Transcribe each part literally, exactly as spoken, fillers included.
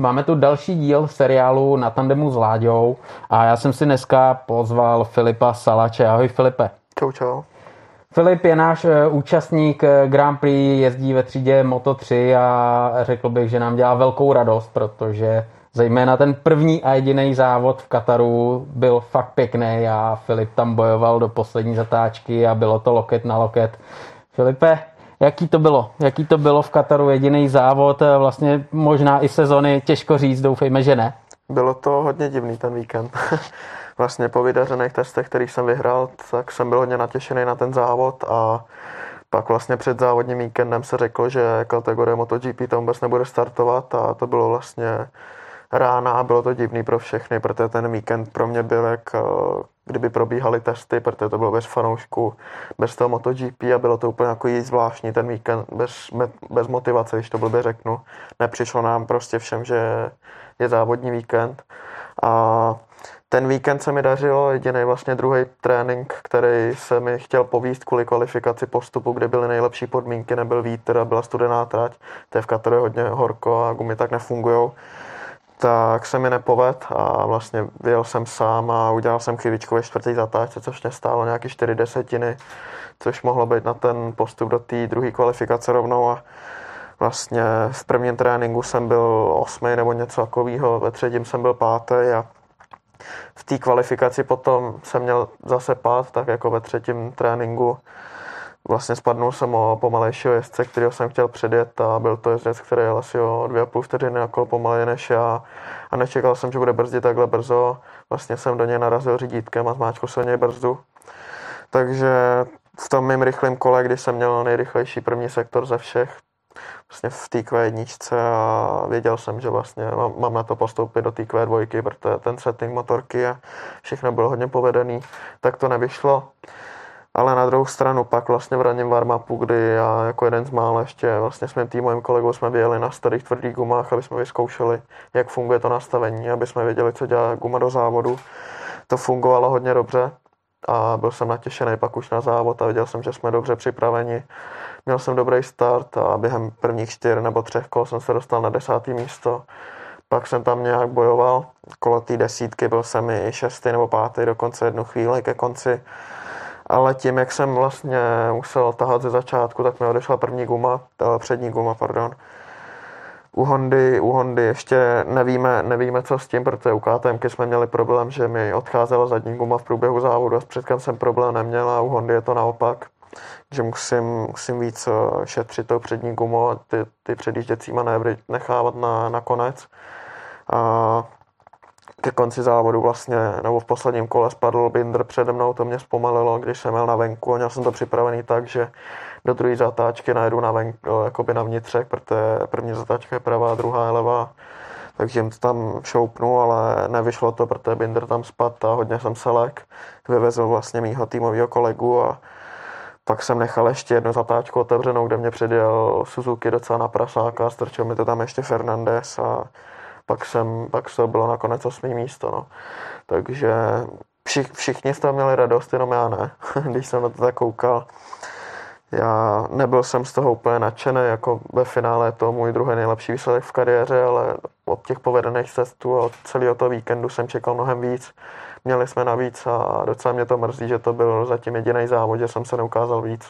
Máme tu další díl seriálu Na tandemu s Láďou a já jsem si dneska pozval Filipa Salače. Ahoj Filipe. Čau, čau. Filip je náš účastník Grand Prix, jezdí ve třídě Moto tři a řekl bych, že nám dělá velkou radost, protože zejména ten první a jediný závod v Kataru byl fakt pěkný a Filip tam bojoval do poslední zatáčky a bylo to loket na loket. Filipe, jaký to bylo? Jaký to bylo v Kataru, jediný závod, vlastně možná i sezony, těžko říct, doufejme, že ne. Bylo to hodně divný ten víkend. Vlastně po vydařených testech, který jsem vyhrál, tak jsem byl hodně natěšený na ten závod a pak vlastně před závodním víkendem se řeklo, že kategorie MotoGP to vůbec nebude startovat a to bylo vlastně rána a bylo to divný pro všechny, protože ten víkend pro mě byl jak kdyby probíhaly testy, protože to bylo bez fanoušků, bez toho MotoGP a bylo to úplně jako jí zvláštní ten víkend, bez, bez motivace, když to blbě řeknu. Nepřišlo nám prostě všem, že je závodní víkend a ten víkend se mi dařilo, jediný vlastně druhý trénink, který se mi chtěl povíst kvůli kvalifikaci postupu, kde byly nejlepší podmínky, nebyl vítr a byla studená trať, to je v Kataru hodně horko a gumy tak nefungujou, tak se mi nepoved a vlastně vyjel jsem sám a udělal jsem chybičku ve čtvrtý zatáčce, což mě stálo nějaký čtyři desetiny, což mohlo být na ten postup do té druhé kvalifikace rovnou a vlastně v prvním tréninku jsem byl osmý nebo něco takového, ve třetím jsem byl pátý a v té kvalifikaci potom jsem měl zase pád, tak jako ve třetím tréninku. Vlastně spadnul jsem o pomalejšího jezdce, kterého jsem chtěl předjet a byl to jezdec, který jel asi o dvě a půl vteřiny jako pomaleji než já a nečekal jsem, že bude brzdit takhle brzo. Vlastně jsem do něj narazil řídítkem a zmáčkl se něj brzdu. Takže v tom mým rychlém kole, kdy jsem měl nejrychlejší první sektor ze všech, vlastně v té Q jedna a věděl jsem, že vlastně mám, mám na to postoupit do té Q dva, protože ten setting motorky a všechno bylo hodně povedený, tak to nevyšlo. Ale na druhou stranu pak vlastně v ranním warm-upu, kdy já jako jeden z mála ještě vlastně s mým týmovým kolegou jsme vyjeli na starých tvrdých gumách, aby jsme vyzkoušeli, jak funguje to nastavení, aby jsme věděli, co dělá guma do závodu. To fungovalo hodně dobře a byl jsem natěšený pak už na závod a viděl jsem, že jsme dobře připraveni. Měl jsem dobrý start a během prvních čtyř nebo třech kol jsem se dostal na desátý místo. Pak jsem tam nějak bojoval. Kolo té desítky byl jsem i šestý nebo pátý dokonce jednu chvíli ke konci. Ale tím, jak jsem vlastně musel tahat ze začátku, tak mi odešla první guma, přední guma, pardon. U Hondy, u Hondy ještě nevíme, nevíme, co s tím, protože u K T M ky jsme měli problém, že mi odcházela zadní guma v průběhu závodu a s předkem jsem problém neměl a u Hondy je to naopak. Že musím, musím víc šetřit tou přední gumu a ty, ty předjížděcí manévry nechávat na, na konec. A ke konci závodu vlastně, nebo v posledním kole spadl Binder přede mnou, to mě zpomalilo, když jsem jel na venku a měl jsem to připravený tak, že do druhé zatáčky najedu na venku, jakoby na vnitřek, protože první zatáčka je pravá, druhá je levá. Takže jim to tam šoupnu, ale nevyšlo to, protože Binder tam spadl a hodně jsem se lek. Vyvezl vlastně mýho týmového kolegu a pak jsem nechal ještě jednu zatáčku otevřenou, kde mě předjel Suzuki docela na prasáka, strčil mi to tam ještě Fernandez a pak jsem, pak to bylo nakonec osmý místo, no. Takže všich, všichni z toho měli radost, jenom já ne, když jsem na to tak koukal. Já nebyl jsem z toho úplně nadšený, jako ve finále je to můj druhý nejlepší výsledek v kariéře, ale od těch povedených cestů a od celého toho víkendu jsem čekal mnohem víc. Měli jsme navíc a docela mě to mrzí, že to byl zatím jediný závod, že jsem se neukázal víc.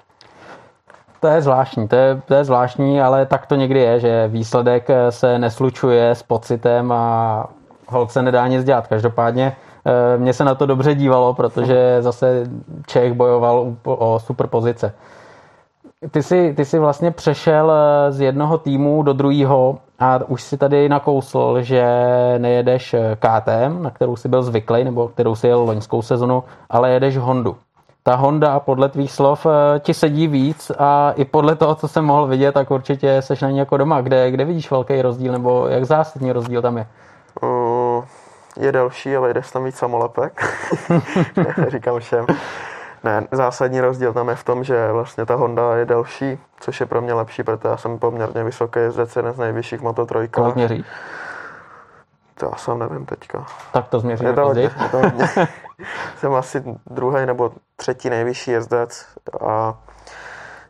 To je zvláštní, to je, to je zvláštní, ale tak to někdy je, že výsledek se neslučuje s pocitem a holt se nedá nic dělat. Každopádně mně se na to dobře dívalo, protože zase Čech bojoval o super pozice. Ty jsi, ty jsi vlastně přešel z jednoho týmu do druhého a už si tady nakousl, že nejedeš K T M, na kterou jsi byl zvyklý, nebo kterou jsi jel loňskou sezonu, ale jedeš Hondu. Ta Honda podle tvých slov ti sedí víc a i podle toho, co jsem mohl vidět, tak určitě seš na ní jako doma. Kde, kde vidíš velký rozdíl, nebo jak zásadní rozdíl tam je? Uh, je delší, ale jdeš tam víc samolepek. Říkám všem. Ne, zásadní rozdíl tam je v tom, že vlastně ta Honda je delší, což je pro mě lepší, protože já jsem poměrně vysoký jezdec, jeden z nejvyšších Moto tři. Kolik měří? To já sám nevím teďka. Tak to změříme později. Jsem asi druhý nebo třetí nejvyšší jezdec a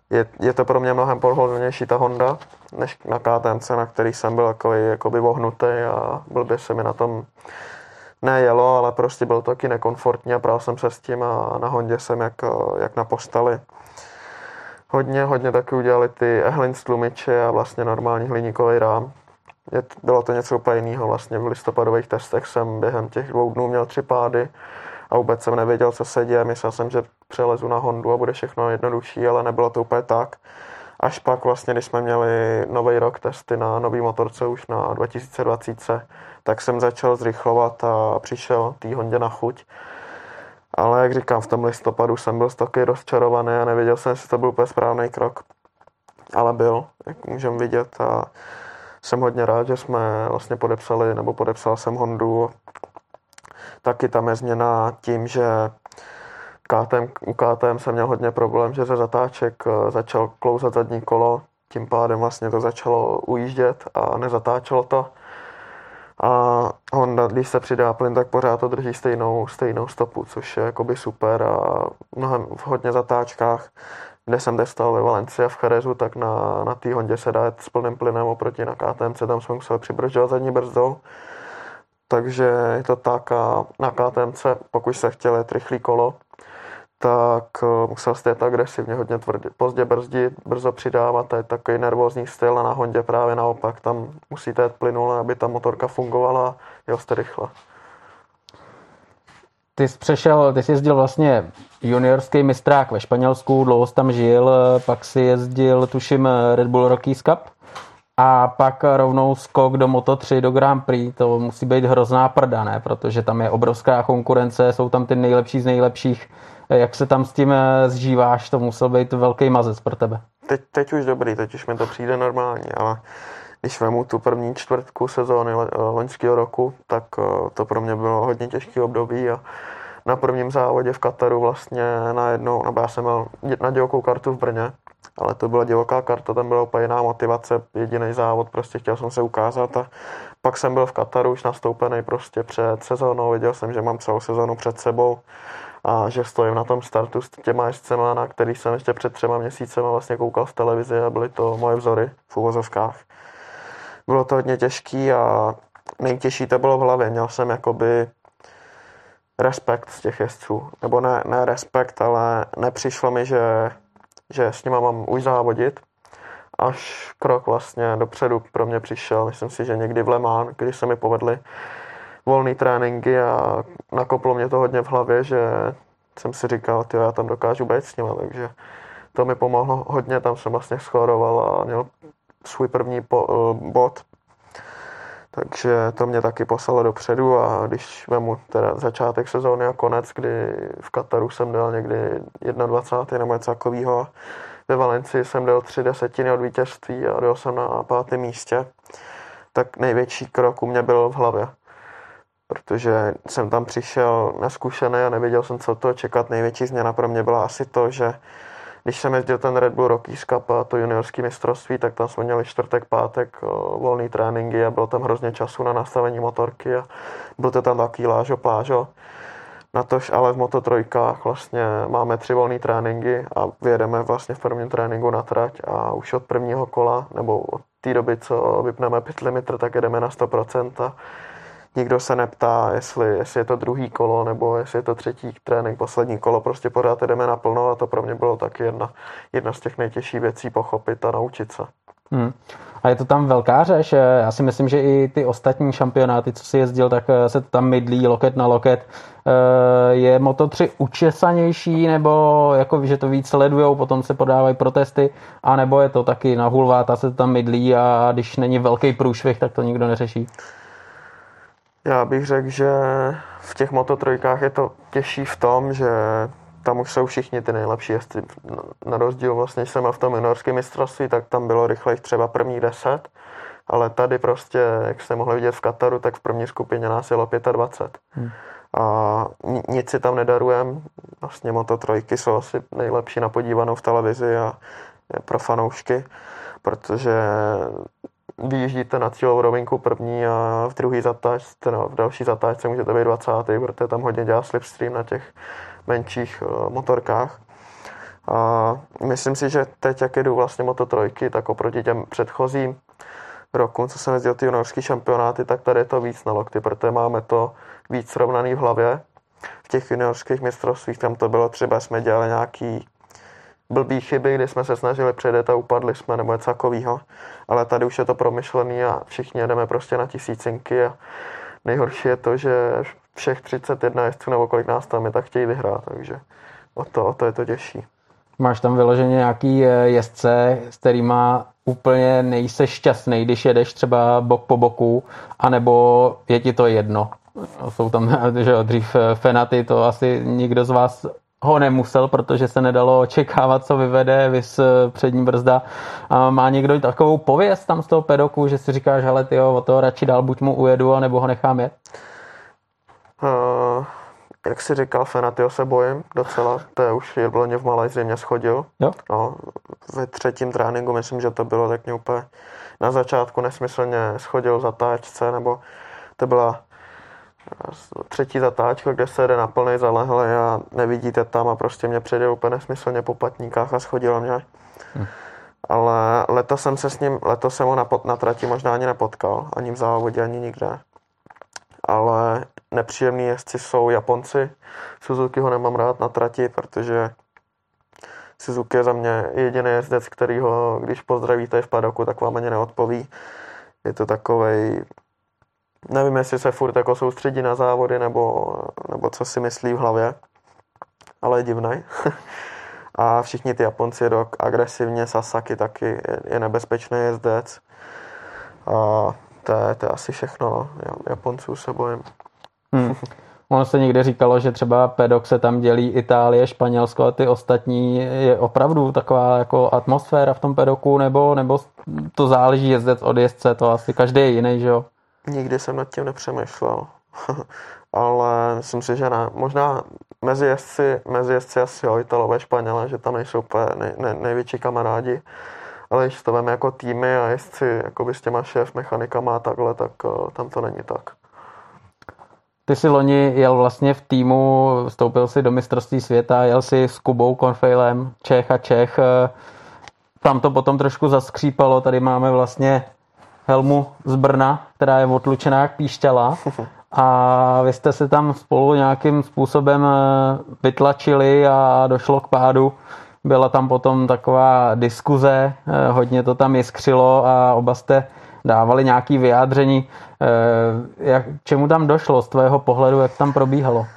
je, je to pro mě mnohem pohodlnější ta Honda, než na K T M C, na který jsem byl takový jakoby vohnutý a blbě se mi na tom nejelo, ale prostě byl to taky nekomfortní a prál jsem se s tím a na Hondě jsem jak, jak na posteli. Hodně, hodně taky udělali ty Ehlin tlumiče a vlastně normální hliníkový rám. Je, bylo to něco úplně jiného. Vlastně v listopadových testech jsem během těch dvou dnů měl tři pády a vůbec jsem nevěděl, co se děje. Myslel jsem, že přelezu na Hondu a bude všechno jednodušší, ale nebylo to úplně tak. Až pak vlastně, když jsme měli nový rok testy na nový motorce už na dva tisíce dvacet, tak jsem začal zrychlovat a přišel té Hondě na chuť. Ale jak říkám, v tom listopadu jsem byl taky rozčarovaný a nevěděl jsem, jestli to byl úplně správný krok. Ale byl, jak můžeme vidět, a jsem hodně rád, že jsme vlastně podepsali, nebo podepsal jsem Hondu. Taky tam je změna tím, že K T M, u K T M jsem měl hodně problém, že ze zatáček začal klouzat zadní kolo, tím pádem vlastně to začalo ujíždět a nezatáčelo to. A Honda, když se přidá plyn, tak pořád to drží stejnou, stejnou stopu, což je jakoby super a mnohem v hodně zatáčkách, kde jsem testoval ve Valencii a v Cherezu, tak na, na té Hondě se dá jet s plným plynem oproti na K T M C, tam jsme museli přibržďovat zadní brzdou. Takže je to tak a na K T M C, pokud se chtěl jet rychlý kolo, tak musel jste jet agresivně, hodně tvrdě, pozdě brzdit, brzo přidávat, to je takový nervózní styl a na Hondě právě naopak, tam musíte jet plynule, aby ta motorka fungovala a jel jste rychle. Ty jsi přešel, ty jsi jezdil vlastně juniorský mistrák ve Španělsku, dlouho jsi tam žil, pak si jezdil, tuším, Red Bull Rockies Cup a pak rovnou skok do Moto tři, do Grand Prix, to musí být hrozná prda, ne? Protože tam je obrovská konkurence, jsou tam ty nejlepší z nejlepších. Jak se tam s tím zžíváš, to musel být velký mazec pro tebe. Teď, teď už dobrý, teď už mi to přijde normální, ale když vemu tu první čtvrtku sezóny loňského roku, tak to pro mě bylo hodně těžké období a na prvním závodě v Kataru vlastně najednou, nebo já jsem měl na divokou kartu v Brně, ale to byla divoká karta, tam byla úplně jiná motivace, jediný závod, prostě chtěl jsem se ukázat a pak jsem byl v Kataru už nastoupený prostě před sezónou, viděl jsem, že mám celou sezónu před sebou a že stojím na tom startu s těma jezdcema, na který jsem ještě před třema měsícema vlastně koukal v televizi a byly to moje vzory v uvozovkách. Bylo to hodně těžký a nejtěžší to bylo v hlavě. Měl jsem jakoby respekt z těch jezdců. Nebo ne, ne respekt, ale nepřišlo mi, že, že s nima mám už závodit. Až krok vlastně dopředu pro mě přišel. Myslím si, že někdy v Le Mans, když se mi povedly volný tréninky a nakoplo mě to hodně v hlavě, že jsem si říkal, tyjo, já tam dokážu být s nima, takže to mi pomohlo hodně, tam jsem vlastně schoroval a měl svůj první po, bod, takže to mě taky poslalo dopředu a když vemu teda začátek sezóny a konec, kdy v Kataru jsem dal někdy dvacátý první nebo něco takového, ve Valencii jsem dal tři desetiny od vítězství a dal jsem na pátém místě, tak největší krok u mě byl v hlavě. Protože jsem tam přišel neskušený a nevěděl jsem, co to čekat. Největší změna pro mě byla asi to, že když jsem jezdil ten Red Bull Rockies Cup a to juniorský mistrovství, tak tam jsme měli čtvrtek, pátek volný tréninky a bylo tam hrozně času na nastavení motorky a byl to tam takový lážo, plážo. Natož ale v Moto tři vlastně máme tři volný tréninky a vyjedeme vlastně v prvním tréninku na trať a už od prvního kola, nebo od té doby, co vypneme pit limiter, tak jedeme na sto procent a nikdo se neptá, jestli, jestli je to druhý kolo, nebo jestli je to třetí trénink, poslední kolo, prostě pořád jdeme naplno a to pro mě bylo taky jedna, jedna z těch nejtěžších věcí pochopit a naučit se. Hmm. A je to tam velká řeš? Já si myslím, že i ty ostatní šampionáty, co si jezdil, tak se to tam mydlí loket na loket. Je Moto tři učesanější, nebo jako, že to víc sledujou, potom se podávají protesty, anebo je to taky na hulváta, se to tam mydlí a když není velký průšvih, tak to nikdo neřeší? Já bych řekl, že v těch Moto tři je to těžší v tom, že tam už jsou všichni ty nejlepší jezdci. Na rozdíl vlastně, když jsem byl v tom juniorském mistrovství, tak tam bylo rychlejch třeba první deset, ale tady prostě, jak jste mohli vidět v Kataru, tak v první skupině nás jelo dvacet pět. Hmm. A nic si tam nedarujem. Vlastně Moto tři jsou asi nejlepší na podívanou v televizi a pro fanoušky, protože vyjíždíte na cílovou rovinku první a v druhý zatáčce, no, v další zatáčce můžete být dvacátý, protože tam hodně dělá slipstream na těch menších uh, motorkách. A myslím si, že teď, jak jedu vlastně Moto trojky, tak oproti těm předchozím rokům, co jsem jezdil ty juniorský šampionáty, tak tady je to víc na lokty, protože máme to víc srovnaný v hlavě. V těch juniorských mistrovstvích tam to bylo třeba, jsme dělali nějaký blbý chyby, kdy jsme se snažili předjet a upadli jsme, nebo něco takového. Ale tady už je to promyšlený a všichni jedeme prostě na tisícinky a nejhorší je to, že všech třicet jedna jezdců nebo kolik nás tam je, tak chtějí vyhrát, takže o to, o to je to těžší. Máš tam vyloženě nějaký jezdce, s kterýma úplně nejseš šťastný, když jedeš třeba bok po boku, anebo je ti to jedno? Jsou tam, že jo, dřív Fenaty, to asi nikdo z vás ho nemusel, protože se nedalo očekávat, co vyvede, vys přední brzda. A má někdo takovou pověst tam z toho pedoku, že si říkáš, hele tyjo, o toho radši dál buď mu ujedu, anebo ho nechám jet? Uh, jak jsi říkal, Fenatyho se bojím docela, to je už je v Malajzii mě schodil. Jo? No, ve třetím tréninku myslím, že to bylo tak mě úplně na začátku nesmyslně schodil v zatáčce, nebo to byla třetí zatáčka, kde se jede na plnej zalehle a nevidíte tam a prostě mě předjel úplně nesmyslně po patníkách a schodil mě. Hm. Ale letos jsem se s ním, letos jsem ho na, na trati možná ani nepotkal, ani v závodě, ani nikde. Ale nepříjemný jezdci jsou Japonci. Suzuki ho nemám rád na trati, protože Suzuki je za mě jediný jezdec, který ho, když pozdravíte v padoku, tak vám ani neodpoví. Je to takovej, nevím, jestli se furt jako soustředí na závody, nebo, nebo co si myslí v hlavě, ale je divnej. A všichni ty Japonci jedou agresivně, Sasaki taky je, je nebezpečný jezdec. A to je, to je asi všechno, no. Japonců se bojím. Hmm. Ono se někde říkalo, že třeba pedok se tam dělí Itálie, Španělsko a ty ostatní. Je opravdu taková jako atmosféra v tom pedoku, nebo, nebo to záleží jezdec od jezdce, to asi každý je jiný, že jo? Nikdy jsem nad tím nepřemýšlel. Ale myslím si, že ne. Možná mezi jezdci, mezi jezdci asi jo, Italové, Španělé, že tam nejsou úplně nej, nej, největší kamarádi. Ale když to veme jako týmy a jezdci jakoby s těma šéf mechanikama a takhle, tak uh, tam to není tak. Ty jsi loni jel vlastně v týmu, vstoupil si do mistrovství světa, jel si s Kubou Kornfejlem, Čech a Čech. Tam to potom trošku zaskřípalo, tady máme vlastně helmu z Brna, která je otlučená jak píšťala. A vy jste se tam spolu nějakým způsobem vytlačili a došlo k pádu. Byla tam potom taková diskuze, hodně to tam jiskřilo a oba jste dávali nějaké vyjádření. Jak, čemu tam došlo z tvého pohledu, jak tam probíhalo?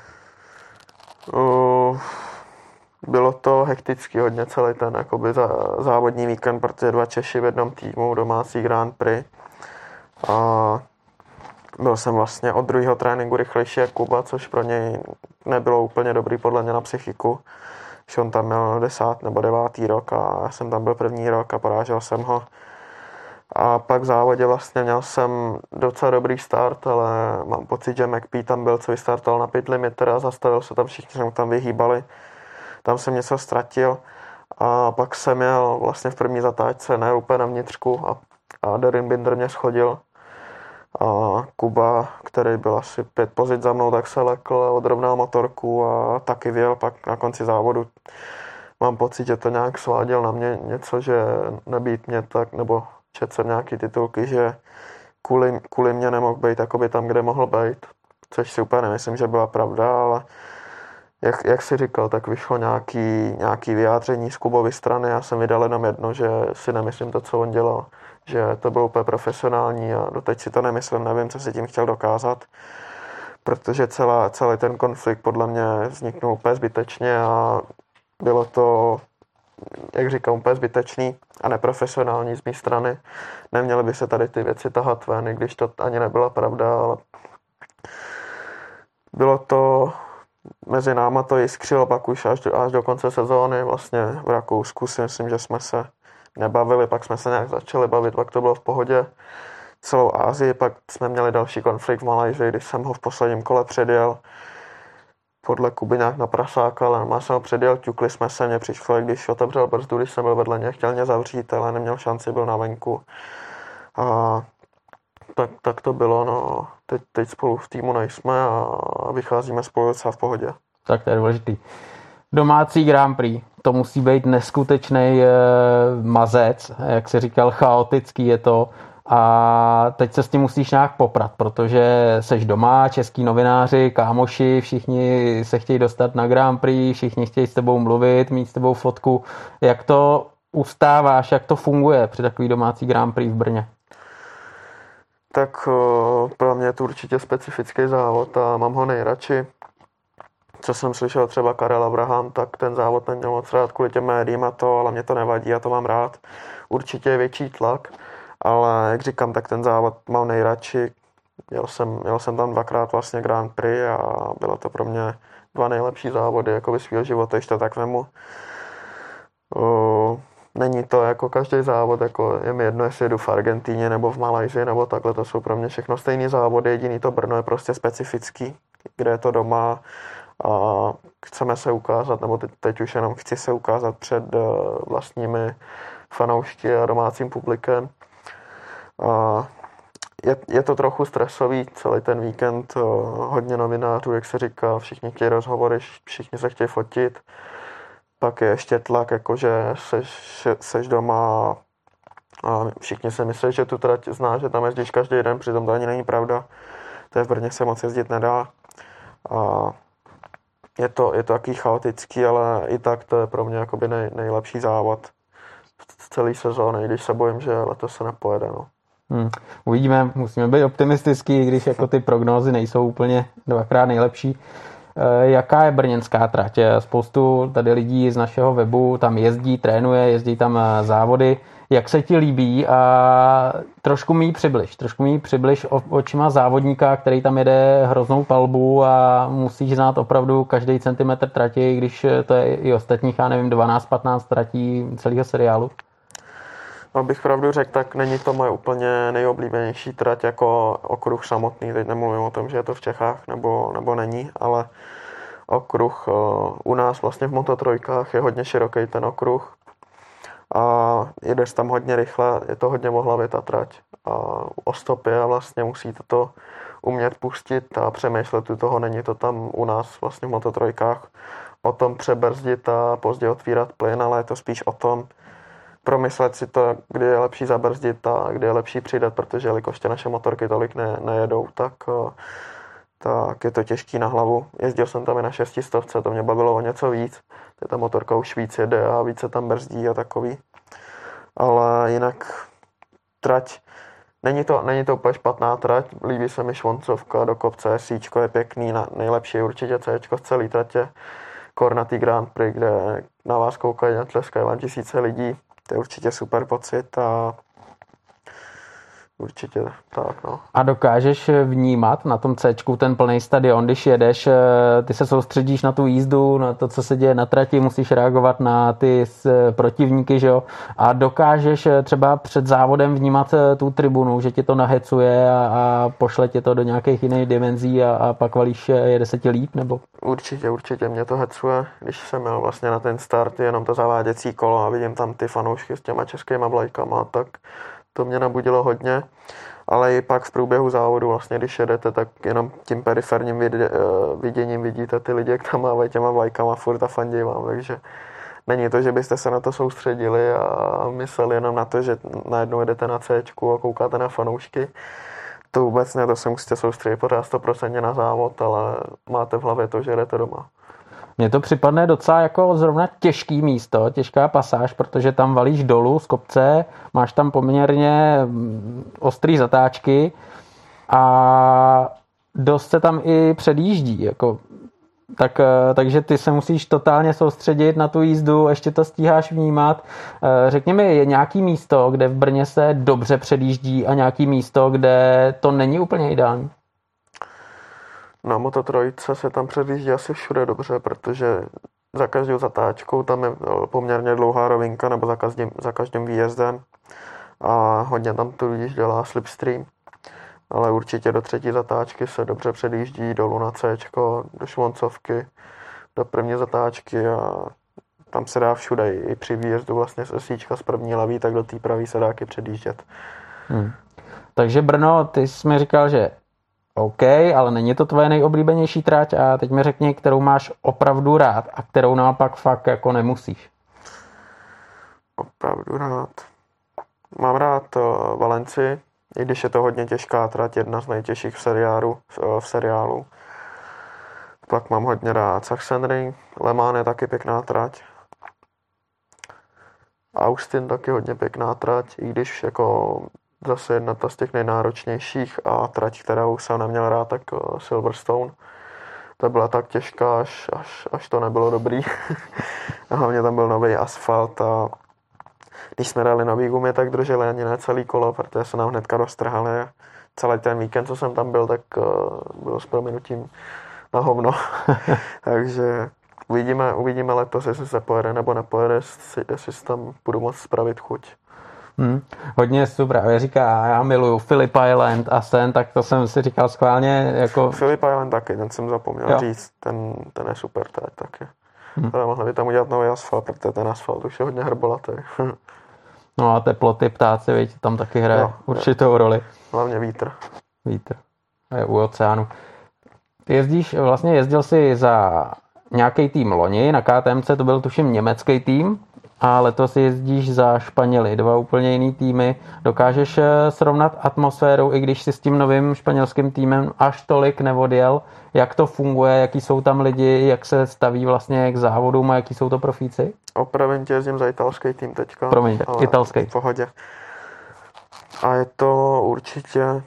Uh, bylo to hektický hodně celý ten jakoby zá, závodní víkend, protože dva Češi v jednom týmu, domácí Grand Prix. A byl jsem vlastně od druhého tréninku rychlejší jak Kuba, což pro něj nebylo úplně dobrý podle mě na psychiku. Že on tam měl desát nebo devátý rok a já jsem tam byl první rok a porážel jsem ho. A pak v závodě vlastně měl jsem docela dobrý start, ale mám pocit, že McPhee tam byl, co vystartoval na pit limiter a zastavil se tam, všichni se mu tam vyhýbali. Tam jsem něco ztratil a pak jsem jel vlastně v první zatáčce, ne úplně na vnitřku a, a Darren Binder mě schodil. A Kuba, který byl asi pět pozic za mnou, tak se lekl, odrovnal motorku a taky vyjel pak na konci závodu. Mám pocit, že to nějak sváděl na mě něco, že nebýt mě tak, nebo četl jsem nějaký titulky, že kvůli, kvůli mě nemohl být jakoby tam, kde mohl být. Což si úplně nemyslím, že byla pravda, ale jak, jak jsi říkal, tak vyšlo nějaký, nějaký vyjádření z Kubovy strany. Já jsem vydal jenom jedno, že si nemyslím to, co on dělal. Že to bylo úplně profesionální a doteď si to nemyslím, nevím, co si tím chtěl dokázat. Protože celá, celý ten konflikt podle mě vzniknul úplně zbytečně a bylo to, jak říkám, úplně zbytečný a neprofesionální z mé strany. Neměly by se tady ty věci tahat ven, i když to ani nebyla pravda, ale bylo to, mezi náma to jiskřilo pak už až do, až do konce sezóny, vlastně v Rakousku si myslím, že jsme se nebavili, pak jsme se nějak začali bavit, pak to bylo v pohodě. Celou Asii, pak jsme měli další konflikt v Malajzii, když jsem ho v posledním kole předjel. Podle Kuby nějak na prasáka, ale má jsem ho předjel, ťukli jsme se, mě přišlo, když otevřel brzdu, když jsem byl vedle něj, chtěl mě zavřít, ale neměl šanci, byl na venku. A tak, tak to bylo, no. Teď, teď spolu v týmu nejsme a vycházíme spolu docela v pohodě. Tak to je důležitý. Domácí Grand Prix, to musí být neskutečný e, mazec, jak si říkal, chaotický je to a teď se s tím musíš nějak poprat, protože seš doma, český novináři, kámoši, všichni se chtějí dostat na Grand Prix, všichni chtějí s tebou mluvit, mít s tebou fotku. Jak to ustáváš, jak to funguje při takový domácí Grand Prix v Brně? Tak o, pro mě je to určitě specifický závod a mám ho nejradši. Co jsem slyšel třeba Karel Abraham, tak ten závod neměl moc rád kvůli těm médiím a to, ale mě to nevadí, já to mám rád. Určitě je větší tlak, ale jak říkám, tak ten závod mám nejradši. Jel jsem, jel jsem tam dvakrát vlastně Grand Prix a bylo to pro mě dva nejlepší závody jako svého života, když to tak vemu. O, není to jako každý závod, jako je mi jedno, jestli jedu v Argentíně nebo v Malajsii nebo takhle, to jsou pro mě všechno stejný závody, jediný to Brno je prostě specifický, kde je to doma a chceme se ukázat, nebo teď, teď už jenom chci se ukázat před uh, vlastními fanoušky a domácím publikem. A je, je to trochu stresový celý ten víkend, uh, hodně novinářů, jak se říká, všichni chtějí rozhovory, všichni se chtějí fotit. Pak je ještě tlak, jakože seš, seš doma a všichni si myslí, že tu trať zná, že tam jezdíš každý den, přitom to ani není pravda. To je v Brně se moc jezdit nedá. A je to, je to takový chaotický, ale i tak to je pro mě jakoby nej, nejlepší závod v celé sezóny, když se bojím, že letos se nepojede. No. Hmm. Uvidíme, musíme být optimistický, když jako ty prognózy nejsou úplně dvakrát nejlepší. Jaká je brněnská trať? Spoustu tady lidí z našeho webu tam jezdí, trénuje, jezdí tam závody. Jak se ti líbí a trošku mi ji přibliž. Trošku mi ji přibliž očima závodníka, který tam jede hroznou palbu a musíš znát opravdu každý centimetr trati, když to je i ostatních, já nevím, dvanáct patnáct tratí celého seriálu. Abych pravdu řekl, tak není to moje úplně nejoblíbenější trať jako okruh samotný. Teď nemluvím o tom, že je to v Čechách nebo, nebo není, ale okruh u nás vlastně v mototrojkách je hodně široký ten okruh a jedeš tam hodně rychle, je to hodně o hlavě ta trať a o stopě a vlastně musíte to umět pustit a přemýšlet u toho, není to tam u nás vlastně v mototrojkách o tom přebrzdit a později otvírat plyn, ale je to spíš o tom promyslet si to, kdy je lepší zabrzdit a kdy je lepší přidat, protože jelikož ty naše motorky tolik ne, nejedou, tak, tak je to těžký na hlavu. Jezdil jsem tam i na šestistovce, to mě bavilo o něco víc. Ta motorka už víc jede a víc se tam brzdí a takový. Ale jinak trať, není to, není to úplně špatná trať, líbí se mi švoncovka do kopce, síčko je pěkný, na, nejlepší je určitě Cčko z celý tratě. Kornatý Grand Prix, kde na vás koukají a tleskají vám tisíce lidí. To je určitě super pocit a určitě tak, no. A dokážeš vnímat na tom Cčku ten plný stadion, když jedeš, ty se soustředíš na tu jízdu, na to, co se děje na trati, musíš reagovat na ty protivníky, že jo? A dokážeš třeba před závodem vnímat tu tribunu, že ti to nahecuje a, a pošle tě to do nějakých jiných dimenzí a, a pak valíš, jede se ti líp, nebo? Určitě, určitě mě to hecuje, když jsem měl vlastně na ten start jenom to zaváděcí kolo a vidím tam ty fanoušky s těma českýma vlajkama, tak to mě nabudilo hodně, ale i pak v průběhu závodu vlastně, když jedete, tak jenom tím periferním viděním vidíte ty lidi, jak tam mávají těma vlajkama furt a fandí vám, takže není to, že byste se na to soustředili a mysleli jenom na to, že najednou jedete na Cčku a koukáte na fanoušky. To vůbec ne, to se musíte soustředit pořád sto procent na závod, ale máte v hlavě to, že jedete doma. Mně to připadne docela jako zrovna těžký místo, těžká pasáž, protože tam valíš dolů z kopce, máš tam poměrně ostrý zatáčky a dost se tam i předjíždí. Jako, tak, takže ty se musíš totálně soustředit na tu jízdu, ještě to stíháš vnímat. Řekni mi, je nějaký místo, kde v Brně se dobře předjíždí a nějaký místo, kde to není úplně ideální? Na mototrojce se tam předjíždí asi všude dobře, protože za každou zatáčkou tam je poměrně dlouhá rovinka nebo za každým, za každým výjezdem a hodně tam to tudíž dělá slipstream, ale určitě do třetí zatáčky se dobře předjíždí dolů na Cčko, do švoncovky, do první zatáčky a tam se dá všude i při výjezdu vlastně z síčka z první levý, tak do té pravý se dá taky předjíždět. Hmm. Takže Brno, ty jsi mi říkal, že OK, ale není to tvoje nejoblíbenější trať a teď mi řekni, kterou máš opravdu rád a kterou naopak fakt jako nemusíš. Opravdu rád. Mám rád uh, Valencii, i když je to hodně těžká trať, jedna z nejtěžších v seriálu. V, v seriálu. Pak mám hodně rád Sachsenring, Le Mans je taky pěkná trať. Austin taky hodně pěkná trať, i když jako zase jedna z těch nejnáročnějších a trať, kterou jsem neměl rád, tak uh, Silverstone. To byla tak těžká, až, až, až to nebylo dobrý. A hlavně tam byl nový asfalt a když jsme dali nový gumy, tak drželi ani ne celý kolo, protože se nám hnedka roztrhali. Celý ten víkend, co jsem tam byl, tak uh, byl s prominutím na hovno. Takže uvidíme, uvidíme letos, jestli se pojede nebo nepojede, jestli, jestli si tam budu moct spravit chuť. Hmm, hodně super. Já říká, já miluju Phillip Island a Sen, tak to jsem si říkal schválně jako... Phillip Island taky, ten jsem zapomněl jo. říct, ten, ten je super teď taky. Hmm. Ale mohli by tam udělat nový asfalt, protože ten asfalt už je hodně hrbolatý. No a teploty, ptáci, víte, tam taky hraje jo, určitou je. roli. Hlavně vítr. Vítr. Je u oceánu. Ty jezdíš, vlastně jezdil jsi za nějaký tým loni, na K T M C to byl tuším německý tým, a letos jezdíš za Španěly, dva úplně jiný týmy. Dokážeš srovnat atmosféru, i když si s tím novým španělským týmem až tolik neodjel, jak to funguje, jaký jsou tam lidi, jak se staví vlastně k závodům a jaký jsou to profíci? Opravdu tě jezdím za italský tým teďka. Promiň, italský. V pohodě. A je to určitě...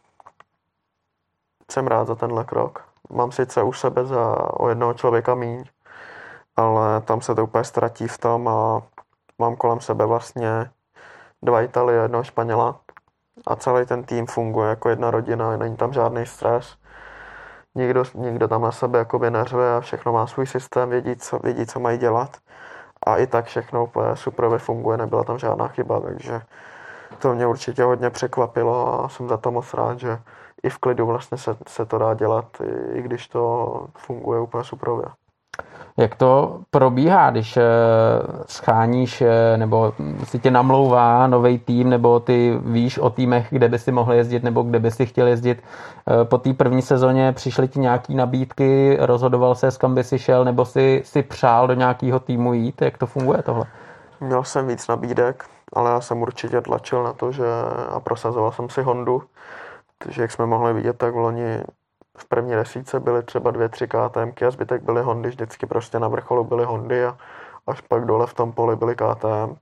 Jsem rád za tenhle krok. Mám sice u sebe za o jednoho člověka míň, ale tam se to úplně ztratí v tom a mám kolem sebe vlastně dva Italy a jednoho Španěla a celý ten tým funguje jako jedna rodina, není tam žádný stres. Nikdo, nikdo tam na sebe jakoby neřve a všechno má svůj systém, vědí co, vědí, co mají dělat a i tak všechno úplně super funguje, nebyla tam žádná chyba, takže to mě určitě hodně překvapilo a jsem za to moc rád, že i v klidu vlastně se, se to dá dělat, i, i když to funguje úplně superově. Jak to probíhá, když scháníš nebo si tě namlouvá nový tým, nebo ty víš o týmech, kde by si mohl jezdit nebo kde by si chtěl jezdit? Po té první sezóně přišly ti nějaký nabídky, rozhodoval se, s kam by si šel, nebo si, si přál do nějakého týmu jít? Jak to funguje tohle? Měl jsem víc nabídek, ale já jsem určitě tlačil na to, že a prosazoval jsem si Hondu, takže jak jsme mohli vidět, tak v loni v první desítce byly třeba dvě, tři KTMky a zbytek byly Hondy, vždycky prostě na vrcholu byly Hondy a až pak dole v tom poli byly K T M.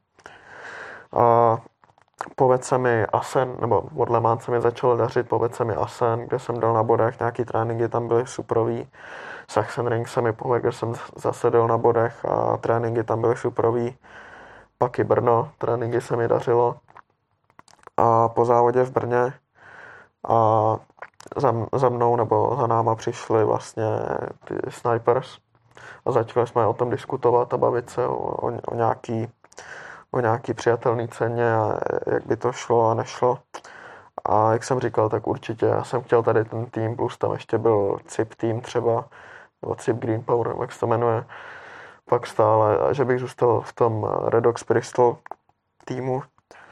A povedl se mi Assen, nebo od Le Mans se mi začalo dařit, povedl se mi Assen, kde jsem dal na bodech, nějaký tréninky tam byly superový. Sachsenring se mi povedl, kde jsem zase dal na bodech a tréninky tam byly superový. Pak i Brno, tréninky se mi dařilo. A po závodě v Brně a za, za mnou nebo za náma přišli vlastně ty snipers a začali jsme o tom diskutovat a bavit se o, o, o nějaký o nějaký přijatelný ceně a jak by to šlo a nešlo. A jak jsem říkal, tak určitě já jsem chtěl tady ten tým, plus tam ještě byl C I P tým třeba, nebo C I P Green Power, jak se to jmenuje, pak stále, že bych zůstal v tom Redox Bristol týmu.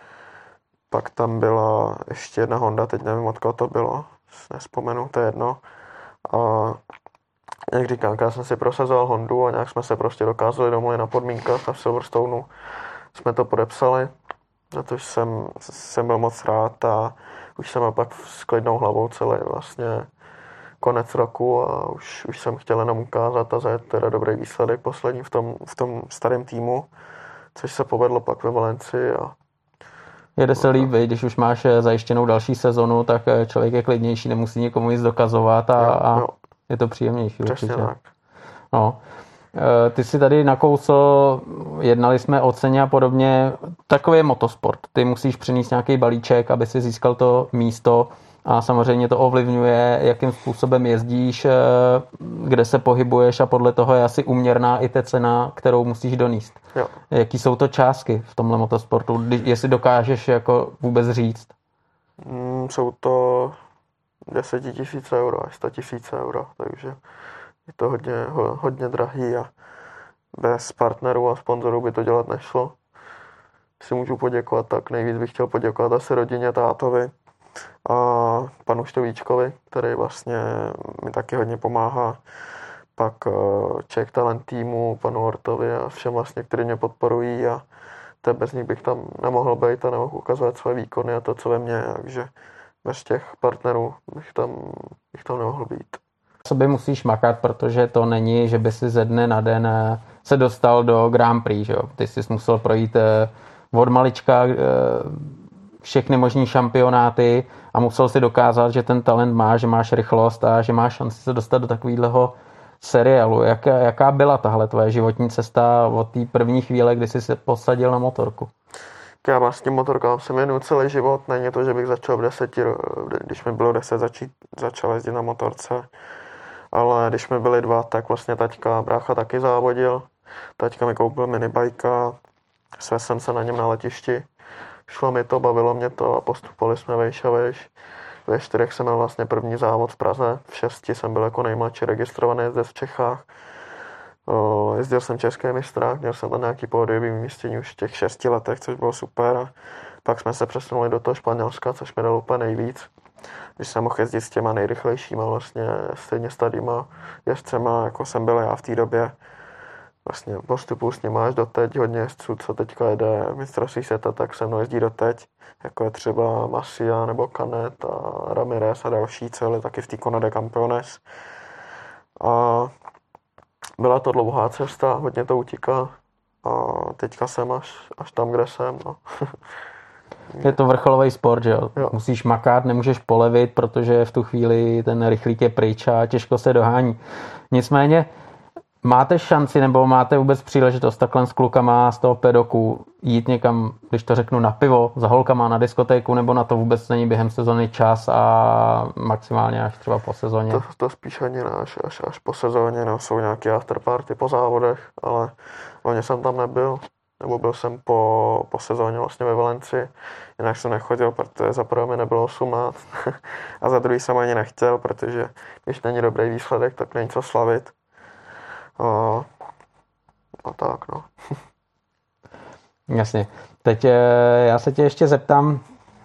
Pak tam byla ještě jedna Honda, teď nevím, od koho to bylo, nespomenu, to je jedno. A jak říkám, já jsem si prosazoval Hondu a nějak jsme se prostě dokázali domluvit na podmínkách a v Silverstoneu jsme to podepsali, za to jsem, jsem byl moc rád a už jsem pak s klidnou hlavou celý vlastně konec roku a už, už jsem chtěl jenom ukázat a zajet teda dobrý výsledek poslední v tom, v tom starém týmu, což se povedlo pak ve Valencii. A jede se líp, když už máš zajištěnou další sezonu, tak člověk je klidnější, nemusí nikomu nic dokazovat a, jo, jo. a je to příjemnější. Přesně určitě. Tak. No. Ty si tady nakousl, jednali jsme o ceně a podobně. Takový je motosport. Ty musíš přinést nějaký balíček, aby si získal to místo a samozřejmě to ovlivňuje, jakým způsobem jezdíš, kde se pohybuješ a podle toho je asi uměrná i ta cena, kterou musíš donést. Jo. Jaký jsou to částky v tomhle motosportu, jestli dokážeš jako vůbec říct? Mm, jsou to deset tisíc euro až sto tisíc euro, takže je to hodně, hodně drahý a bez partnerů a sponzorů by to dělat nešlo. Si můžu poděkovat, tak nejvíc bych chtěl poděkovat asi rodině, tátovi, a panu Štovíčkovi, který vlastně mi taky hodně pomáhá. Pak Czech Talent týmu, panu Hortovi a všem vlastně, kteří mě podporují a to bez nich bych tam nemohl být a nemohl ukazovat své výkony a to, co ve mně je, takže bez těch partnerů bych tam, bych tam nemohl být. Sobě musíš makat, protože to není, že by si ze dne na den se dostal do Grand Prix, že jo? Ty jsi musel projít od malička všechny možný šampionáty a musel si dokázat, že ten talent má, že máš rychlost a že máš šanci se dostat do takového seriálu. Jak, jaká byla tahle tvoje životní cesta od té první chvíle, kdy jsi se posadil na motorku? Já vlastně motorkám se věnuju celý život. Není to, že bych začal v deseti, když mi bylo deset, začít, začal jezdit na motorce. Ale když mi byli dva, tak vlastně taťka, brácha taky závodil. Taťka mi koupil minibajka, svezl jsem se na něm na letišti. Šlo mi to, bavilo mě to a postupovali jsme vejš a vejš. Ve čtyřech jsem měl vlastně první závod v Praze, v šesti jsem byl jako nejmladší registrovaný jezdec v Čechách. O, jezdil jsem český mistrák, měl jsem tam nějaký pódiový umístění už v těch šesti letech, což bylo super. A pak jsme se přesunuli do toho Španělska, což mi dalo úplně nejvíc. Když jsem mohl jezdit s těma nejrychlejšíma, vlastně stejně starýma jezdcema, jako jsem byl já v té době. Vlastně postupu s ním až doteď, hodně jezdců, co teďka jede mistrovství světa, tak se mnou jezdí doteď, jako je třeba Masia nebo Canet a Ramirez a další, co jeli taky v té Cono de Campeones. A byla to dlouhá cesta, hodně to utíká a teďka jsem až, až tam, kde jsem. No. Je to vrcholový sport, že jo? jo? Musíš makat, nemůžeš polevit, protože v tu chvíli ten rychlík je pryč a těžko se dohání. Nicméně, máte šanci nebo máte vůbec příležitost takhle s klukama z toho pedoku jít někam, když to řeknu, na pivo, za holkama, na diskotéku, nebo na to vůbec není během sezóny čas a maximálně až třeba po sezóně? To, to spíš ani ne, až, až, až po sezóně, no, jsou nějaké afterparty po závodech, ale loni jsem tam nebyl, nebo byl jsem po, po sezóně vlastně ve Valencii, jinak jsem nechodil, protože za prvé mi nebylo osmnáct a za druhý jsem ani nechtěl, protože když není dobrý výsledek, tak není co slavit. A, a tak, no. Jasně. Teď já se tě ještě zeptám,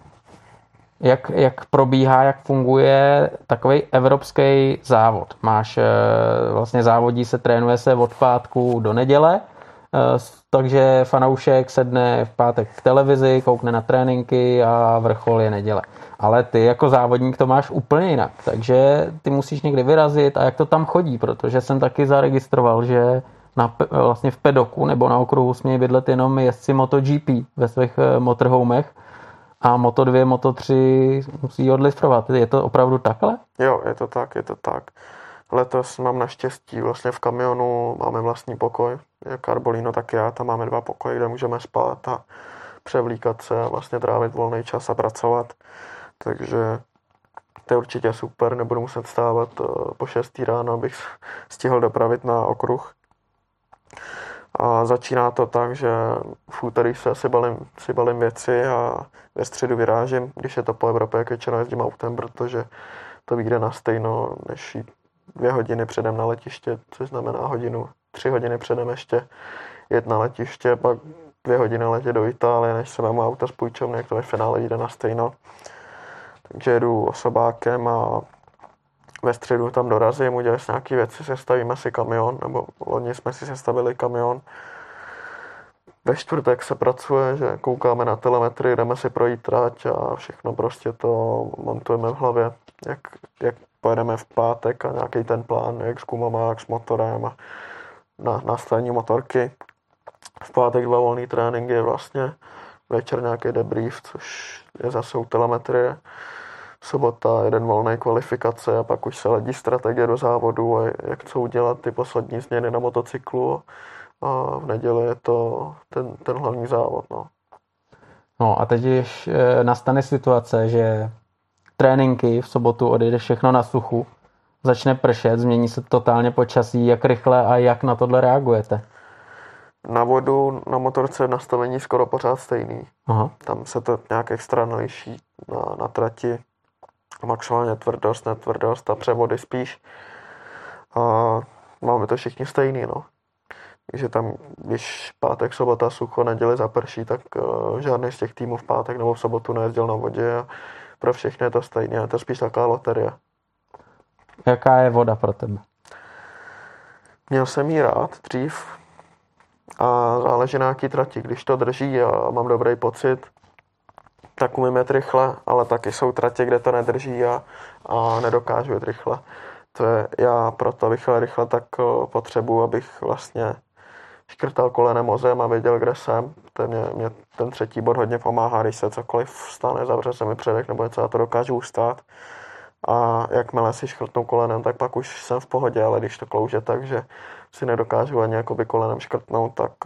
jak, jak probíhá, jak funguje takový evropský závod. Máš vlastně závodí se, trénuje se od pátku do neděle, takže fanoušek sedne v pátek v televizi, koukne na tréninky a vrchol je neděle. Ale ty jako závodník to máš úplně jinak, takže ty musíš někdy vyrazit a jak to tam chodí, protože jsem taky zaregistroval, že na, vlastně v pedoku nebo na okruhu smějí bydlet jenom jezdci MotoGP ve svých motorhomech a Moto dva, Moto tři musí odlistrovat. Je to opravdu takhle? Jo, je to tak, je to tak. Letos mám naštěstí vlastně v kamionu, máme vlastní pokoj, jak Arbolino, tak já, tam máme dva pokoje, kde můžeme spát a převlíkat se a vlastně trávit volný čas a pracovat. Takže to je určitě super, nebudu muset stávat po šestý ráno, abych stihl dopravit na okruh. A začíná to tak, že v úterý se si balím, si balím věci a ve středu vyrážím, když je to po Evropě, jak většinou jezdím autem, protože to vyjde na stejno, než jít dvě hodiny předem na letiště, což znamená hodinu, tři hodiny předem ještě jet na letiště, pak dvě hodiny letět do Itálie, než se mám auto z půjčovny, jak to ve finále jde na stejno. Takže jedu osobákem a ve středu tam dorazím, udělám si nějaké věci, sestavíme si kamion, nebo loni jsme si sestavili kamion. Ve čtvrtek se pracuje, že koukáme na telemetry, jdeme si projít trať a všechno prostě to montujeme v hlavě, jak, jak pojedeme v pátek a nějaký ten plán, jak s gumama, jak s motorem a na nastavení motorky. V pátek dva volný tréninky vlastně, večer nějaký debrief, což je zase u telemetrie. Sobota jeden volný kvalifikace a pak už se ledí strategie do závodu a jak co udělat ty poslední změny na motocyklu a v neděli je to ten, ten hlavní závod. No. no a teď, když nastane situace, že tréninky v sobotu odejde všechno na suchu, začne pršet, změní se totálně počasí, jak rychle a jak na tohle reagujete? Na vodu na motorce nastavení skoro pořád stejný. Aha. Tam se to nějak extra neliší na, na trati. Maximálně tvrdost, netvrdost a převody spíš. A máme to všichni stejný, no. Takže tam, když pátek, sobota, sucho, neděli zaprší, tak uh, žádný z těch týmů v pátek nebo v sobotu nejezdil na vodě a pro všechny je to stejně, je to spíš taková loterie. Jaká je voda pro tebe? Měl jsem jí rád dřív a záleží na jaký trati. Když to drží a mám dobrý pocit, tak umím jet rychle, ale taky jsou tratě, kde to nedrží a, a nedokážu jet rychle. To je, já proto, abych jel rychle, tak potřebuji, abych vlastně škrtal kolenem ozem a věděl, kde jsem. To mě, mě ten třetí bod hodně pomáhá, když se cokoliv stane, zavře se mi předek nebo něco, já to dokážu ustát. A jakmile si škrtnu kolenem, tak pak už jsem v pohodě, ale když to klouže tak, že si nedokážu ani jakoby kolenem škrtnout, tak,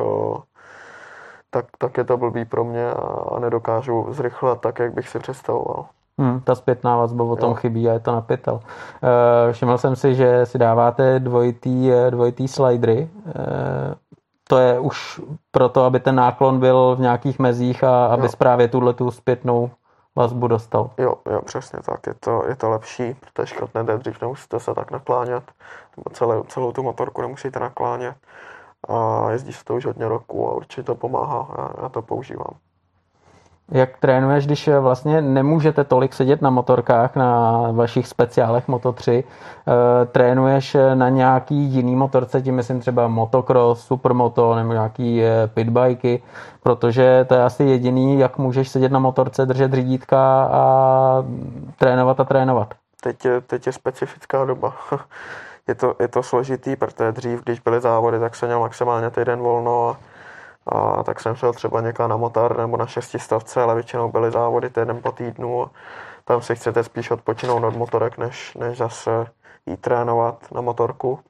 tak, tak je to blbý pro mě a nedokážu zrychlat tak, jak bych si představoval. Hmm, ta zpětná vazba o tom jo. chybí a je to na pytel. Uh, všiml jsem si, že si dáváte dvojitý, dvojitý slidery. Uh, to je už proto, aby ten náklon byl v nějakých mezích a aby jo. právě tuhletu zpětnou vazbu dostal. Jo, jo, přesně tak. Je to, je to lepší, protože škrtnete dřív, nemusíte se tak naklánět, nebo celou, celou tu motorku nemusíte naklánět. A jezdí se to už hodně roku a určitě to pomáhá. Já, já to používám. Jak trénuješ, když vlastně nemůžete tolik sedět na motorkách, na vašich speciálech Moto tři, e, trénuješ na nějaký jiný motorce, tím myslím třeba motocross, supermoto nebo nějaký pitbajky, protože to je asi jediný, jak můžeš sedět na motorce, držet řídítka a trénovat a trénovat. Teď je, teď je specifická doba. je, to, je to složitý, protože dřív, když byly závody, tak jsem měl maximálně týden volno a A tak jsem šel třeba někam na motár nebo na šestistavce, ale většinou byly závody týden po týdnu. A tam si chcete spíš odpočinout od motorek, než, než zase jít trénovat na motorku.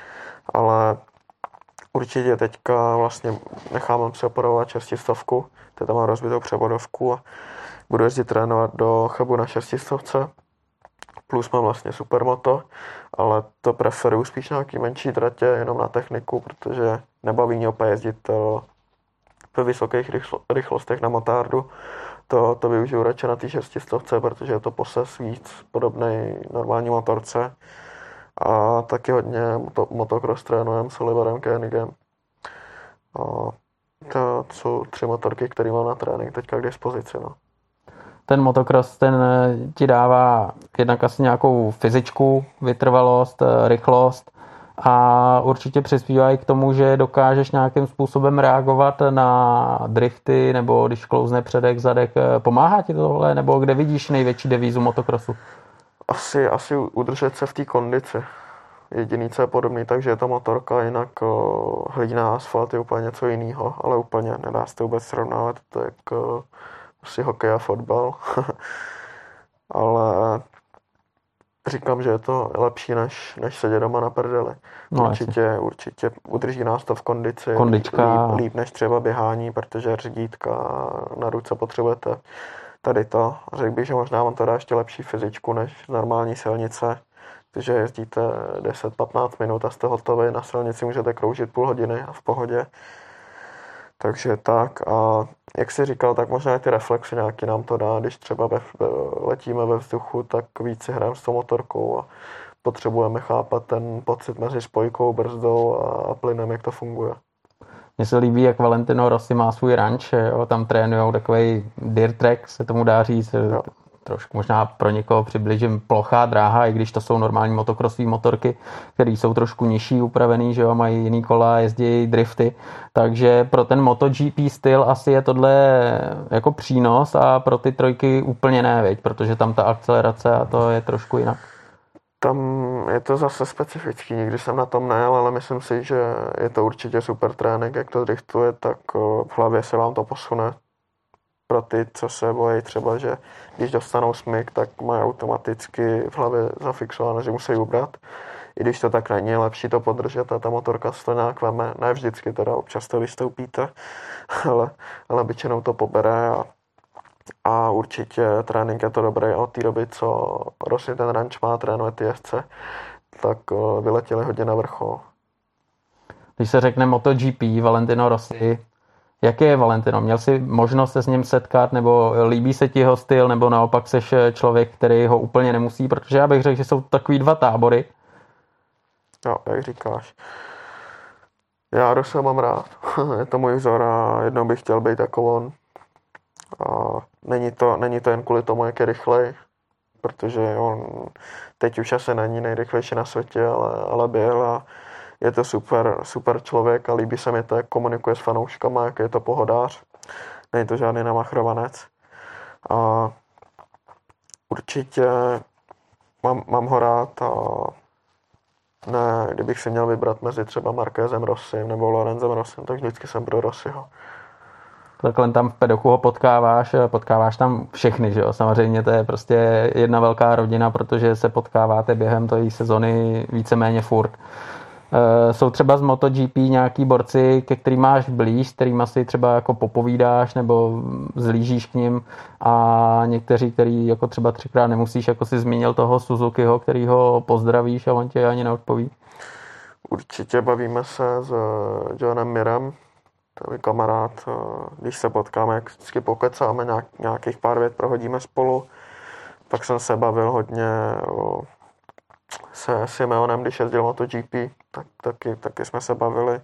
Ale určitě teďka vlastně nechám si oporovat šestistavku, teď tam mám rozbitou převodovku a budu jezdit trénovat do Chebu na šestistavce. Plus mám vlastně supermoto, ale to preferuju spíš na nějaký menší tratě, jenom na techniku, protože nebaví mě opět jezdit ve vysokých rychlo, rychlostech na motárdu. To, to využiju radši na té šestistovce, protože je to poses víc podobný normální motorce. A taky hodně moto, motocross trénujem s Oliverem Koenigem. A to jsou tři motorky, které mám na trénink teďka k dispozici. No. Ten motocross, ten ti dává jednak asi nějakou fyzičku, vytrvalost, rychlost a určitě přispívá i k tomu, že dokážeš nějakým způsobem reagovat na drifty nebo když klouzne předek, zadek. Pomáhá ti tohle? Nebo kde vidíš největší devízu motocrossu? Asi, asi udržet se v té kondici. Jediný, co je podobný, takže je to motorka, jinak hlína asfalt je úplně něco jiného, ale úplně nedá se to vůbec srovnávat, to je jako asi hokej a fotbal. Ale říkám, že je to lepší, než, než sedět doma na prdeli. No, určitě, určitě udrží nás to v kondici Kondička. Líp, líp než třeba běhání, protože řídítka na ruce potřebujete tady to. Řekl bych, že možná vám to dá ještě lepší fyzičku než normální silnice, protože jezdíte deset patnáct minut a jste hotovi, na silnici můžete kroužit půl hodiny a v pohodě. Takže tak a jak jsi říkal, tak možná ty reflexy nějaký nám to dá, když třeba ve, letíme ve vzduchu, tak víc si hrajeme s tou motorkou a potřebujeme chápat ten pocit mezi spojkou, brzdou a plynem, jak to funguje. Mně se líbí, jak Valentino Rossi má svůj ranč, jo, tam trénujou takový dirt track, se tomu dá říct, jo. Trošku možná pro někoho přibližím plochá dráha, i když to jsou normální motokrosové motorky, které jsou trošku nižší, upravený, že jo, mají jiný kola, jezdí drifty, takže pro ten MotoGP styl asi je tohle jako přínos a pro ty trojky úplně ne, veď, protože tam ta akcelerace a to je trošku jinak. Tam je to zase specifický, nikdy jsem na tom nejel, ale myslím si, že je to určitě super trénink, jak to driftuje, tak v hlavě se vám to posune. Pro ty, co se bojí třeba, že když dostanou smyk, tak mají automaticky v hlavě zafixované, že musí ubrat. I když to tak není, je lepší to podržet a ta motorka se to nějak veme. Ne vždycky, teda občas to vystoupíte, ale, ale většinou to pobere a, a určitě trénink je to dobrý. A od té doby, co Rossi ten ranč má, trénuje ty jezdce, tak vyletěli hodně na vrchol. Když se řekne MotoGP, Valentino Rossi, jaký je Valentino? Měl jsi možnost se s ním setkat, nebo líbí se ti jeho styl, nebo naopak seš člověk, který ho úplně nemusí? Protože já bych řekl, že jsou takový dva tábory. Jo, jak říkáš. Já Rossi mám rád. Je to můj vzor a jednou bych chtěl být jako on. A není to, není to jen kvůli tomu, jak je rychlej, protože on teď už asi není nejrychlejší na světě, ale, ale byl a je to super, super člověk a líbí se mi to, jak komunikuje s fanouškama, jak je to pohodář. Není to žádný namachrovanec. A určitě mám, mám ho rád a ne, kdybych si měl vybrat mezi třeba Marquezem Rossim nebo Lorenzem Rossim, tak vždycky jsem pro Rossiho. Takhle tam v pedoku ho potkáváš, potkáváš tam všechny, že jo? Samozřejmě to je prostě jedna velká rodina, protože se potkáváte během té sezony víceméně furt. E, jsou třeba z MotoGP nějaký borci, ke kterým máš blíž, s kterými si třeba jako popovídáš nebo zlížíš k ním a někteří, který jako třeba třikrát nemusíš, jako si zmínil toho Suzukiho, který ho pozdravíš a on tě ani neodpoví. Určitě bavíme se s Johnem Mirem, to je kamarád, když se potkáme, jak vždycky pokecáme, nějak, nějakých pár vět prohodíme spolu. Pak jsem se bavil hodně o, se Simeonem, když jezdil MotoGP, tak taky, taky jsme se bavili.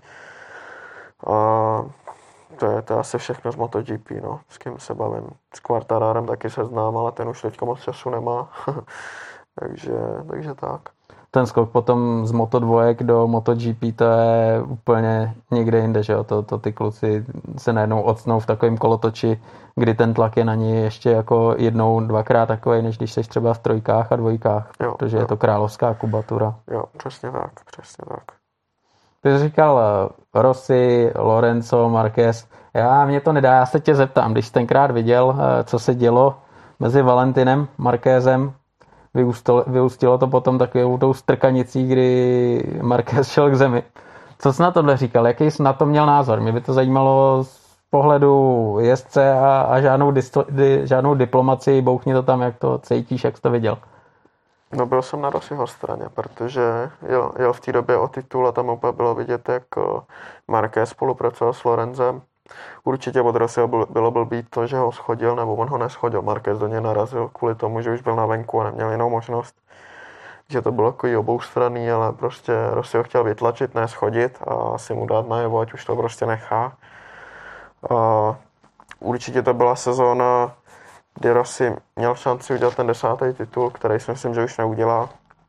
A to je, to je asi všechno z MotoGP, no, s kým se bavím. S Quartararem taky se znám, ale ten už teďka moc času nemá, takže, takže tak. Ten skok potom z Moto dva do MotoGP, to je úplně někde jinde, že jo? To, to ty kluci se najednou ocnou v takovém kolotoči, kdy ten tlak je na ní ještě jako jednou, dvakrát takovej, než když seš třeba v trojkách a dvojkách, jo, protože jo. Je to královská kubatura. Jo, přesně tak, přesně tak. Ty jsi říkal Rossi, Lorenzo, Marquez. Já, mě to nedá, já se tě zeptám, když jsi tenkrát viděl, co se dělo mezi Valentinem, Marquezem, Vyústilo, vyústilo to potom takovou tou strkanicí, kdy Marquez šel k zemi. Co jsi na tohle říkal? Jaký jsi na to měl názor? Mě by to zajímalo z pohledu jezdce a, a žádnou, disto, di, žádnou diplomaci. Bouchni to tam, jak to cítíš, jak jsi to viděl. No byl jsem na Rossiho straně, protože jel, jel v té době o titul a tam úplně bylo vidět, jak Marquez spolupracoval s Lorenzem. Určitě od Rossiho bylo blbý to, že ho schodil, nebo on ho neschodil. Marquez do něj narazil kvůli tomu, že už byl na venku a neměl jinou možnost. Že to bylo takový oboustranný, ale prostě Rossi ho chtěl vytlačit, ne schodit a si mu dát najevo, ať už to prostě nechá. A určitě to byla sezóna, kdy Rossi měl šanci udělat ten desátý titul, který si myslím, že už neudělá.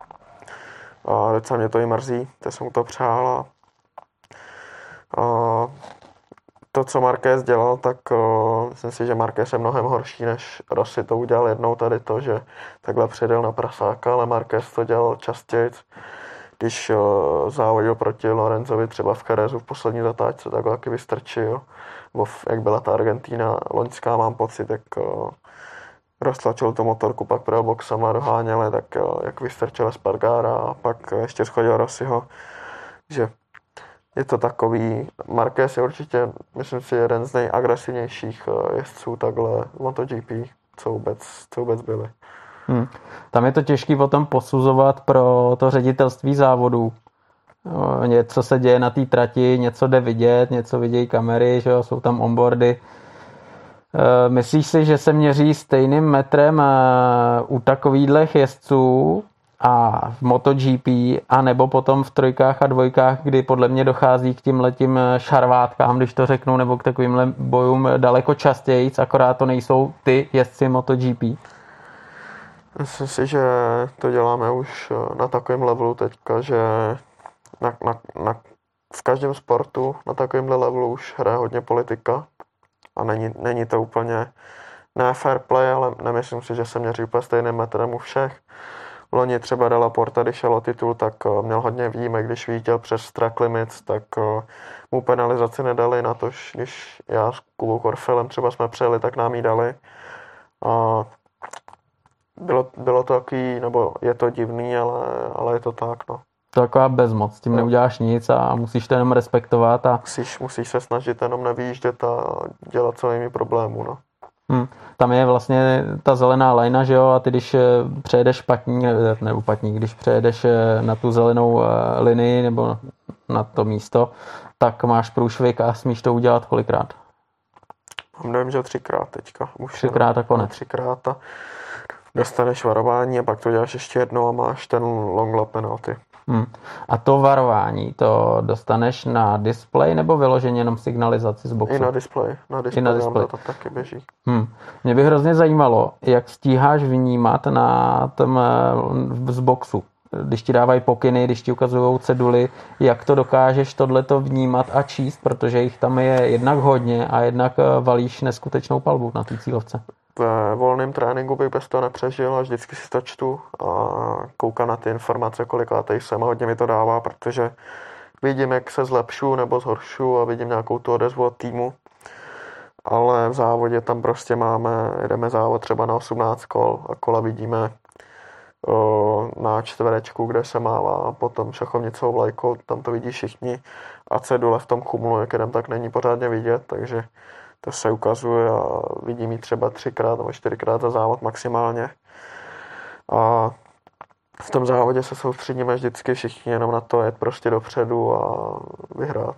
A docela mě to i mrzí, to jsem mu to přál. A to, co Marquez dělal, tak uh, myslím si, že Marquez je mnohem horší, než Rossi to udělal jednou tady to, že takhle předjel na prasáka, ale Marquez to dělal častěji, když uh, závodil proti Lorenzovi třeba v Cherezu v poslední zatáčce, tak ho taky vystrčil. Nebo jak byla ta Argentína loňská, mám pocit, jak uh, roztlačil tu motorku, pak projel boxama, doháněli, tak uh, jak vystrčil Espargara a pak uh, ještě schodil Rossiho, že je to takový, Marquez je určitě, myslím si, jeden z nejagresivnějších jezdců takhle MotoGP, co vůbec, co vůbec byly. Hmm. Tam je to těžké potom posuzovat pro to ředitelství závodů. Něco se děje na té trati, něco jde vidět, něco vidějí kamery, že jo, jsou tam onboardy. Myslíš si, že se měří stejným metrem u takovýchhle jezdců a v MotoGP, a nebo potom v trojkách a dvojkách, kdy podle mě dochází k tímhletím šarvátkám, když to řeknu, nebo k takovýmhle bojům daleko častěji, akorát to nejsou ty jezdci MotoGP? Myslím si, že to děláme už na takovém levelu teďka, že na, na, na, v každém sportu na takovémhle levelu už hraje hodně politika a není, není to úplně ne fair play, ale nemyslím si, že se měří úplně stejným metrem u všech. Loni třeba Della Porta, když šel o titul, tak měl hodně výjimek, když vítěl přes track limits, tak mu penalizaci nedali na to, když já s Kubou Korfelem třeba jsme přijeli, tak nám ji dali. A bylo, bylo to takový, nebo je to divný, ale, ale je to tak, no. To je taková bezmoc, s tím no. Neuděláš nic a musíš to jenom respektovat. A... Musíš, musíš se snažit jenom nevýjíždět a dělat co nejméně problémů, no. Hmm. Tam je vlastně ta zelená lajna, že jo, a ty když přejedeš špatní, nebo patní, když přejedeš na tu zelenou linii nebo na to místo, tak máš průšvih a smíš to udělat kolikrát? Mám nevím, že třikrát teďka. Už třikrát a konec. Třikrát a dostaneš varování a pak to děláš ještě jednou a máš ten long lap penalty. Hmm. A to varování, to dostaneš na displej nebo vyloženě jenom signalizaci z boxu? I na displej. Na displej, na displej. to taky běží. Hmm. Mě by hrozně zajímalo, jak stíháš vnímat na tom z boxu. Když ti dávají pokyny, když ti ukazují ceduly, jak to dokážeš tohleto vnímat a číst, protože jich tam je jednak hodně a jednak valíš neskutečnou palbu na té cílovce. Ve volném tréninku bych bez toho nepřežil a vždycky si to čtu a koukám na ty informace, kolikátej jsem a hodně mi to dává, protože vidím, jak se zlepšu nebo zhoršu a vidím nějakou tu odezvu od týmu. Ale v závodě tam prostě máme, jedeme závod třeba na osmnáct kol a kola vidíme o, na čtverečku, kde se mává potom šachovnicovou vlajkou, tam to vidí všichni a cedule v tom chumlu, jak jedem, tak není pořádně vidět, takže to se ukazuje a vidím ji třeba třikrát nebo čtyřikrát za závod maximálně. A v tom závodě se soustředíme vždycky všichni jenom na to, jet prostě dopředu a vyhrát.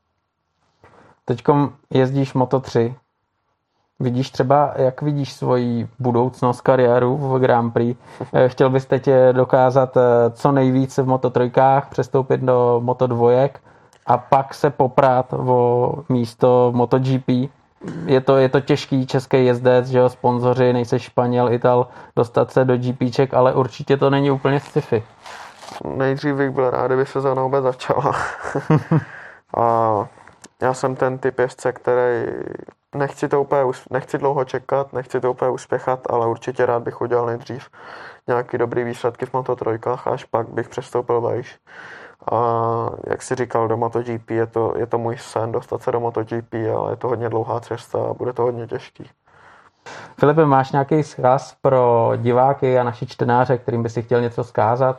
Teďkom jezdíš Moto tři. Vidíš třeba, jak vidíš svoji budoucnost, kariéru v Grand Prix? Chtěl bys teď dokázat co nejvíc v Moto trojkách, přestoupit do Moto dvojek a pak se poprát o místo v MotoGP. Je to, je to těžký český jezdec, že jo, sponzoři, nejseš Španěl, Ital, dostat se do GPček, ale určitě to není úplně sci-fi. Nejdřív bych byl rád, kdyby sezóna vůbec začala. A já jsem ten typ jezdce, který nechci to úplně, nechci dlouho čekat, nechci to úplně uspěchat, ale určitě rád bych udělal nejdřív nějaký dobrý výsledky v Moto trojkách, až pak bych přestoupil vejš. A jak jsi říkal, do MotoGP je to, je to můj sen dostat se do MotoGP, ale je to hodně dlouhá cesta a bude to hodně těžký. Filipe, máš nějaký vzkaz pro diváky a naši čtenáře, kterým by si chtěl něco vzkázat?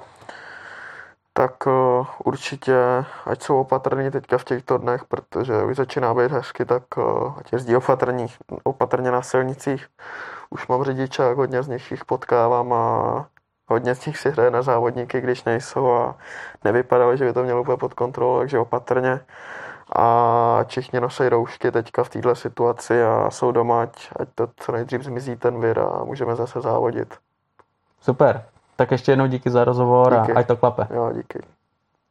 Tak uh, určitě, ať jsou opatrní teďka v těchto dnech, protože už začíná být hezky, tak uh, ať jezdí opatrní, opatrně na silnicích. Už mám řidičák, hodně z nich jich potkávám a hodně z nich si hraje na závodníky, když nejsou a nevypadalo, že by to mělo úplně pod kontrolou, takže opatrně. A všichni nosí roušky teďka v této situaci a jsou doma, ať, ať to co nejdřív zmizí ten vir a můžeme zase závodit. Super. Tak ještě jednou díky za rozhovor díky. A ať to klape. Jo, díky.